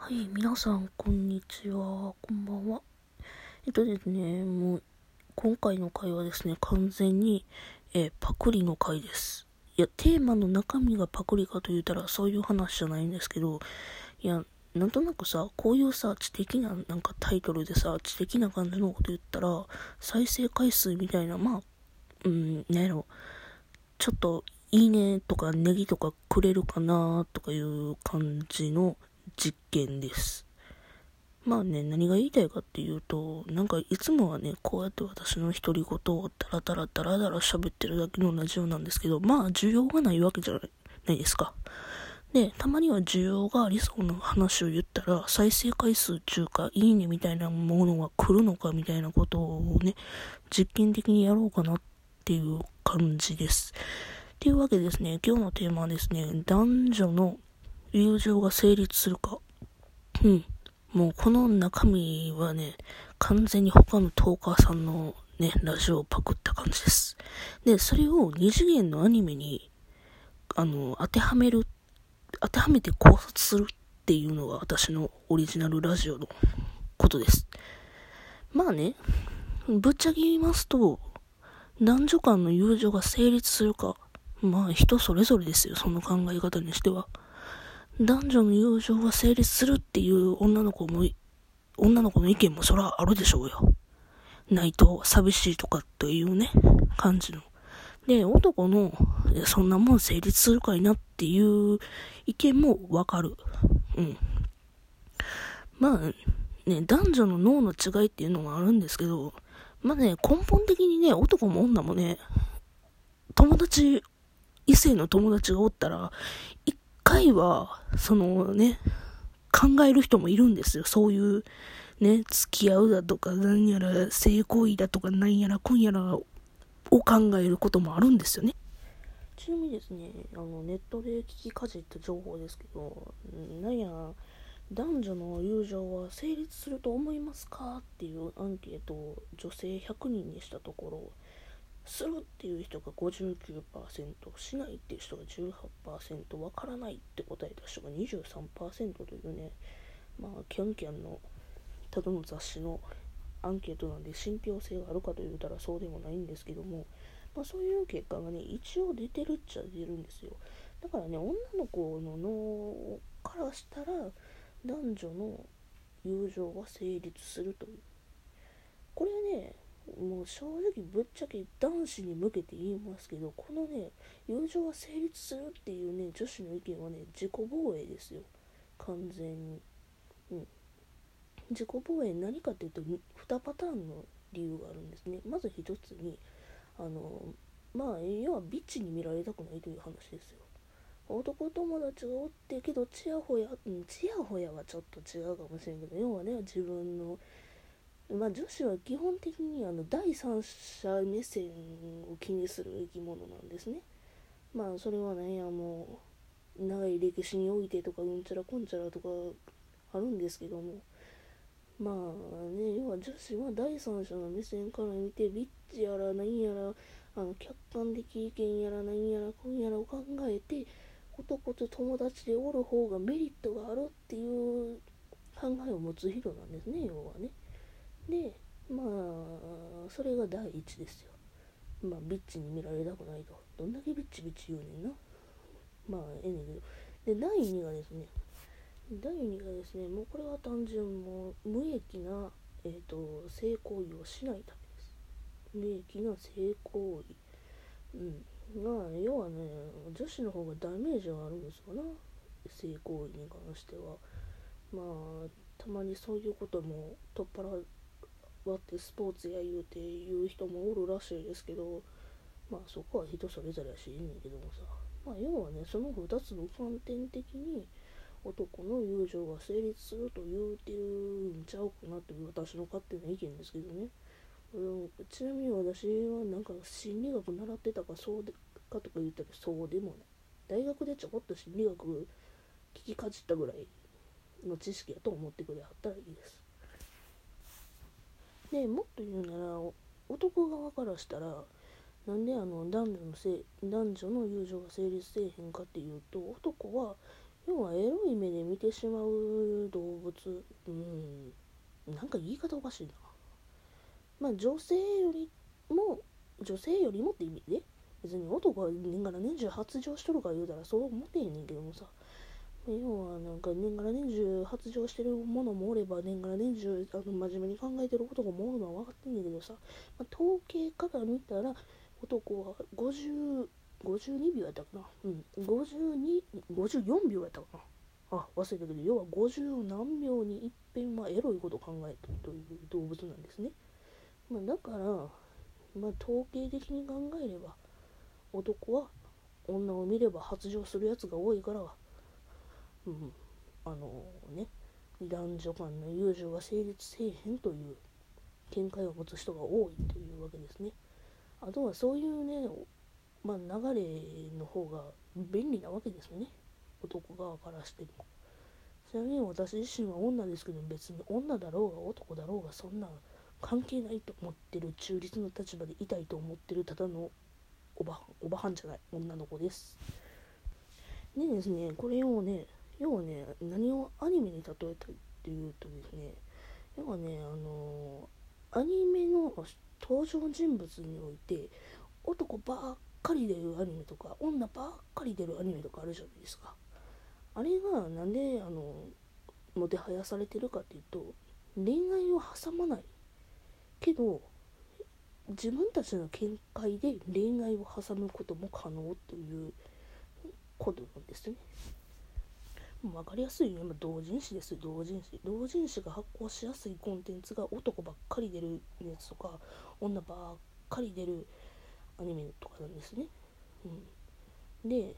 はい、皆さん、こんにちは。こんばんは。ですね、もう、今回の回はですね、完全に、パクリの回です。いや、テーマの中身がパクリかと言ったら、そういう話じゃないんですけど、いや、なんとなくさ、こういうさ、知的な、なんかタイトルでさ、知的な感じのこと言ったら、再生回数みたいな、なんやろ、ちょっと、いいねとかネギとかくれるかなとかいう感じの実験です。まあね、何が言いたいかっていうと、なんかいつもはね、こうやって私の独り言をダラダラダラダラ喋ってるだけのラジオなんですけど、まあ需要がないわけじゃないですか。で、たまには需要がありそうな話を言ったら、再生回数中か、いいねみたいなものが来るのかみたいなことをね、実験的にやろうかなっていう感じです。っていうわけでですね、今日のテーマはですね、男女の友情が成立するか。もうこの中身はね、完全に他のトーカーさんのね、ラジオをパクった感じです。で、それを二次元のアニメに、当てはめて考察するっていうのが私のオリジナルラジオのことです。まあね、ぶっちゃけ言いますと、男女間の友情が成立するか、まあ人それぞれですよ、その考え方にしては。男女の友情が成立するっていう女の子の意見もそらあるでしょうよ。ないと寂しいとかというね、感じの。で、男の、そんなもん成立するかいなっていう意見もわかる。まあ、ね、男女の脳の違いっていうのもあるんですけど、まあね、根本的にね、男も女もね、異性の友達がおったら、一回は、考える人もいるんですよ。そういうね、付き合うだとか、何やら性行為だとか、何やら今やらを考えることもあるんですよね。ちなみにですね、ネットで聞きかじった情報ですけど、男女の友情は成立すると思いますかっていうアンケートを女性100人にしたところ、するっていう人が 59%、しないっていう人が 18%、わからないって答えた人が 23% というね、キャンキャンのただの雑誌のアンケートなんで信憑性があるかと言うたらそうでもないんですけども、そういう結果がね、一応出てるっちゃ出るんですよ。だからね、女の子の脳からしたら男女の友情は成立するという。これね、もう正直ぶっちゃけ男子に向けて言いますけど、このね、友情は成立するっていうね、女子の意見はね、自己防衛ですよ。完全に。自己防衛何かっていうと2パターンの理由があるんですね。まず一つに要はビッチに見られたくないという話ですよ。男友達がおってけどチヤホヤはちょっと違うかもしれんけど、要はね、自分の女子は基本的に第三者目線を気にする生き物なんですね。それはもう長い歴史においてとかうんちゃらこんちゃらとかあるんですけども、要は女子は第三者の目線から見てビッチやら何やら客観的意見やら何やら今やらを考えて、男と友達でおる方がメリットがあるっていう考えを持つ人なんですね、要はね。で、それが第一ですよ。ビッチに見られたくないと。どんだけビッチビッチ言うねんな。ええねんけど。で、第2がですね、もうこれは単純もう無益な、性行為をしないためです。無益な性行為。要はね、女子の方がダメージがあるんですかな。性行為に関しては。たまにそういうことも取っ払ってスポーツや言うて言う人もおるらしいですけど、そこは人それぞれやしいいねんけどもさ。要はね、その2つの観点的に、男の友情が成立すると言うてるんちゃうかなという私の勝手な意見ですけどね。ちなみに私は心理学習ってたかそうでかとか言ったらそうでもない。大学でちょこっと心理学聞きかじったぐらいの知識やと思ってくれはったらいいです。で、もっと言うなら男側からしたらなんで男女の友情が成立せえへんかっていうと、男は要はエロい目で見てしまうる動物、なんか言い方おかしいな。まあ女性よりもって意味で、別に男が年がら年中発情しとるから言うたらそう思ってへんねんけどもさ、要はなんか年がら年中発情してるものもおれば、年がら年中真面目に考えてる男もおるのは分かってんねんけどさ、統計から見たら男は52秒やったかな、54秒やったかな、忘れたけど、要は50何秒に一遍はエロいことを考えてるという動物なんですね。だから、統計的に考えれば男は女を見れば発情するやつが多いから、男女間の友情が成立せえへんという見解を持つ人が多いというわけですね。あとはそういうね、流れの方が便利なわけですよね、男側からしても。ちなみに私自身は女ですけど、別に女だろうが男だろうがそんな関係ないと思ってる、中立の立場でいたいと思ってるただのおばはんじゃない、女の子です。でですね、これをね、要はね、何をアニメに例えたいっていうとですね、要はね、アニメの登場人物において男ばっかり出るアニメとか女ばっかり出るアニメとかあるじゃないですか。あれがなんでもてはやされてるかっていうと、恋愛を挟まないけど自分たちの見解で恋愛を挟むことも可能ということなんですね。分かりやすいね、同人誌です。同人誌が発行しやすいコンテンツが男ばっかり出るやつとか女ばっかり出るアニメとかなんですね。で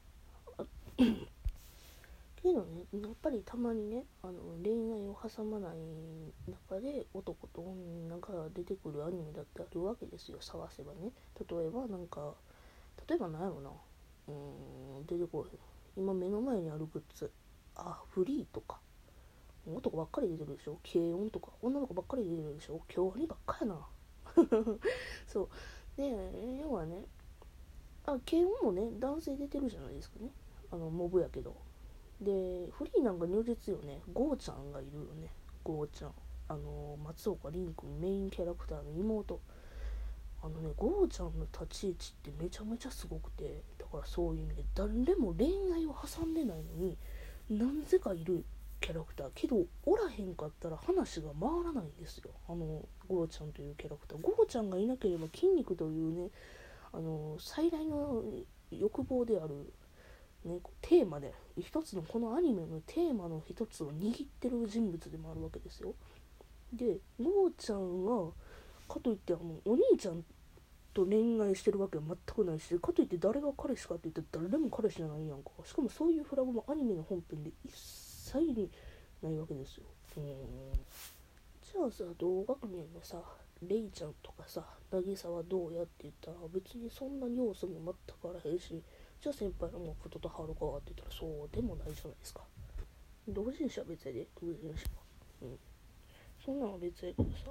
けどね、やっぱりたまにね、恋愛を挟まない中で男と女が出てくるアニメだってあるわけですよ、探せばね。例えば何やろな、出てこい。今目の前にあるグッズ、フリーとか男ばっかり出てるでしょ。軽音とか女の子ばっかり出てるでしょ。今日にばっかやなそうで、要はね、軽音もね男性出てるじゃないですかね。モブやけど。でフリーなんか如実よね。ゴーちゃんがいるよね。ゴーちゃん、松岡凛君、メインキャラクターの妹。ゴーちゃんの立ち位置ってめちゃめちゃすごくて、だからそういう意味で誰も恋愛を挟んでないのに何故かいるキャラクターけど、おらへんかったら話が回らないんですよ。ゴーちゃんというキャラクター。ゴーちゃんがいなければ筋肉というね、最大の欲望であるね、テーマで一つのこのアニメのテーマの一つを握ってる人物でもあるわけですよ。でゴーちゃんはかといってお兄ちゃんと恋愛してるわけは全くないし、かといって誰が彼氏かって言ったら誰でも彼氏じゃないやんか。しかもそういうフラグもアニメの本編で一切にないわけですよ。じゃあさ、同学年のさレイちゃんとかさ渚はどうやって言ったら別にそんな要素も全くあらへんし、じゃあ先輩のもこととはるかって言ったらそうでもないじゃないですか。同人誌は別やで、同人誌は。そんなの別やけどさ、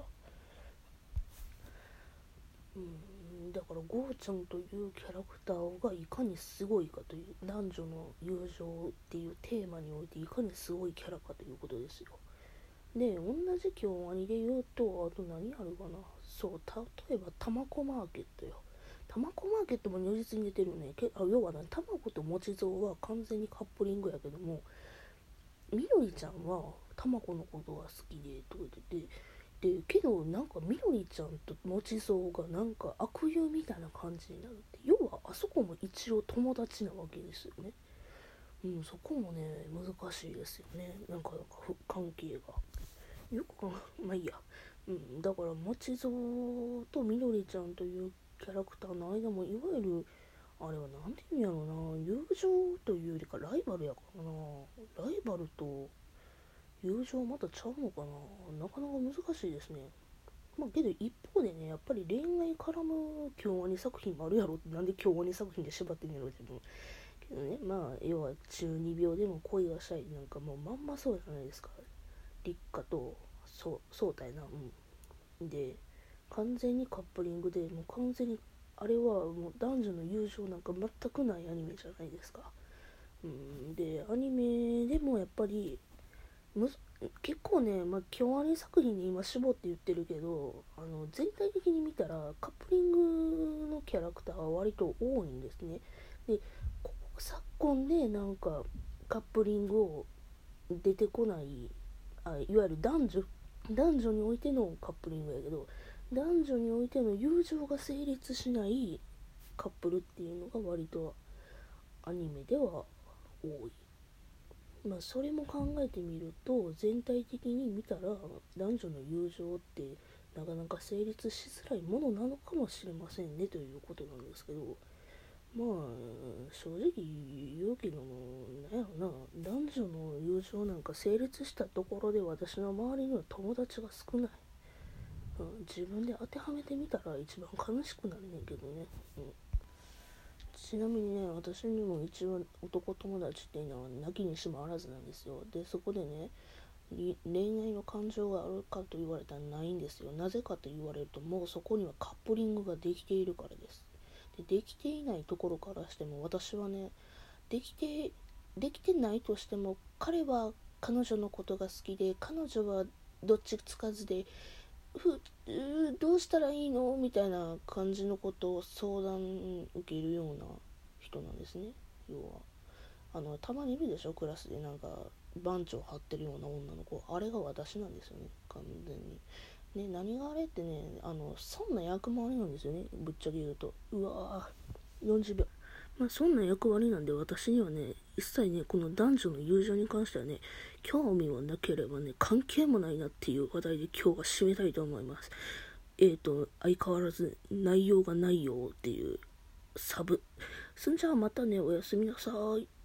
だからゴーちゃんというキャラクターがいかにすごいかという、男女の友情っていうテーマにおいていかにすごいキャラかということですよ。で同じ京アニで言うと、あと何あるかな。そう、例えばたまこマーケットよ。たまこマーケットも如実に出てるね。要はたまこともちぞうは完全にカップリングやけども、みどりちゃんはたまこのことが好きでとか言ってて、けどなんかみどりちゃんともちぞうがなんか悪友みたいな感じになるって、要はあそこも一応友達なわけですよね。そこもね難しいですよね。なんか関係がよくまあいいや。だからもちぞうとみどりちゃんというキャラクターの間もいわゆるあれは何て言うんやろな、友情というよりかライバルやからな。ライバルと友情またちゃうのかな。なかなか難しいですね。けど一方でね、やっぱり恋愛絡む京アニ作品もあるやろって、なんで京アニ作品で縛ってんやろ自分けどね。要は中二病でも恋がしたいなんかもうまんまそうじゃないですか。立花とそうたいな。で完全にカップリングで、もう完全にあれはもう男女の友情なんか全くないアニメじゃないですか。でアニメでもやっぱり結構ね、京アニ作品に今絞って言ってるけど、全体的に見たらカップリングのキャラクターは割と多いんですね。で、昨今でなんかカップリングを出てこない、いわゆる男女においてのカップリングやけど、男女においての友情が成立しないカップルっていうのが割とアニメでは多い。それも考えてみると、全体的に見たら男女の友情ってなかなか成立しづらいものなのかもしれませんねということなんですけど、正直言うけども、なんやろな、男女の友情なんか成立したところで私の周りには友達が少ない。自分で当てはめてみたら一番悲しくなるねんけどね。ちなみにね、私にも一応男友達っていうのはなきにしもあらずなんですよ。で、そこでね、恋愛の感情があるかと言われたらないんですよ。なぜかと言われると、もうそこにはカップリングができているからです。できていないところからしても、私はね、できてないとしても、彼は彼女のことが好きで、彼女はどっちつかずで、どうしたらいいのみたいな感じのことを相談受けるような人なんですね。要はたまにいるでしょ、クラスでなんか番長張ってるような女の子。あれが私なんですよね、完全に。何があれってね、そんな役回りなんですよね、ぶっちゃけ言うと。うわー、40秒。そんな役割なんで、私にはね、一切ね、この男女の友情に関してはね、興味はなければね、関係もないなっていう話題で今日は締めたいと思います。相変わらず内容がないよっていうサブ。そんじゃあまたね、おやすみなさい。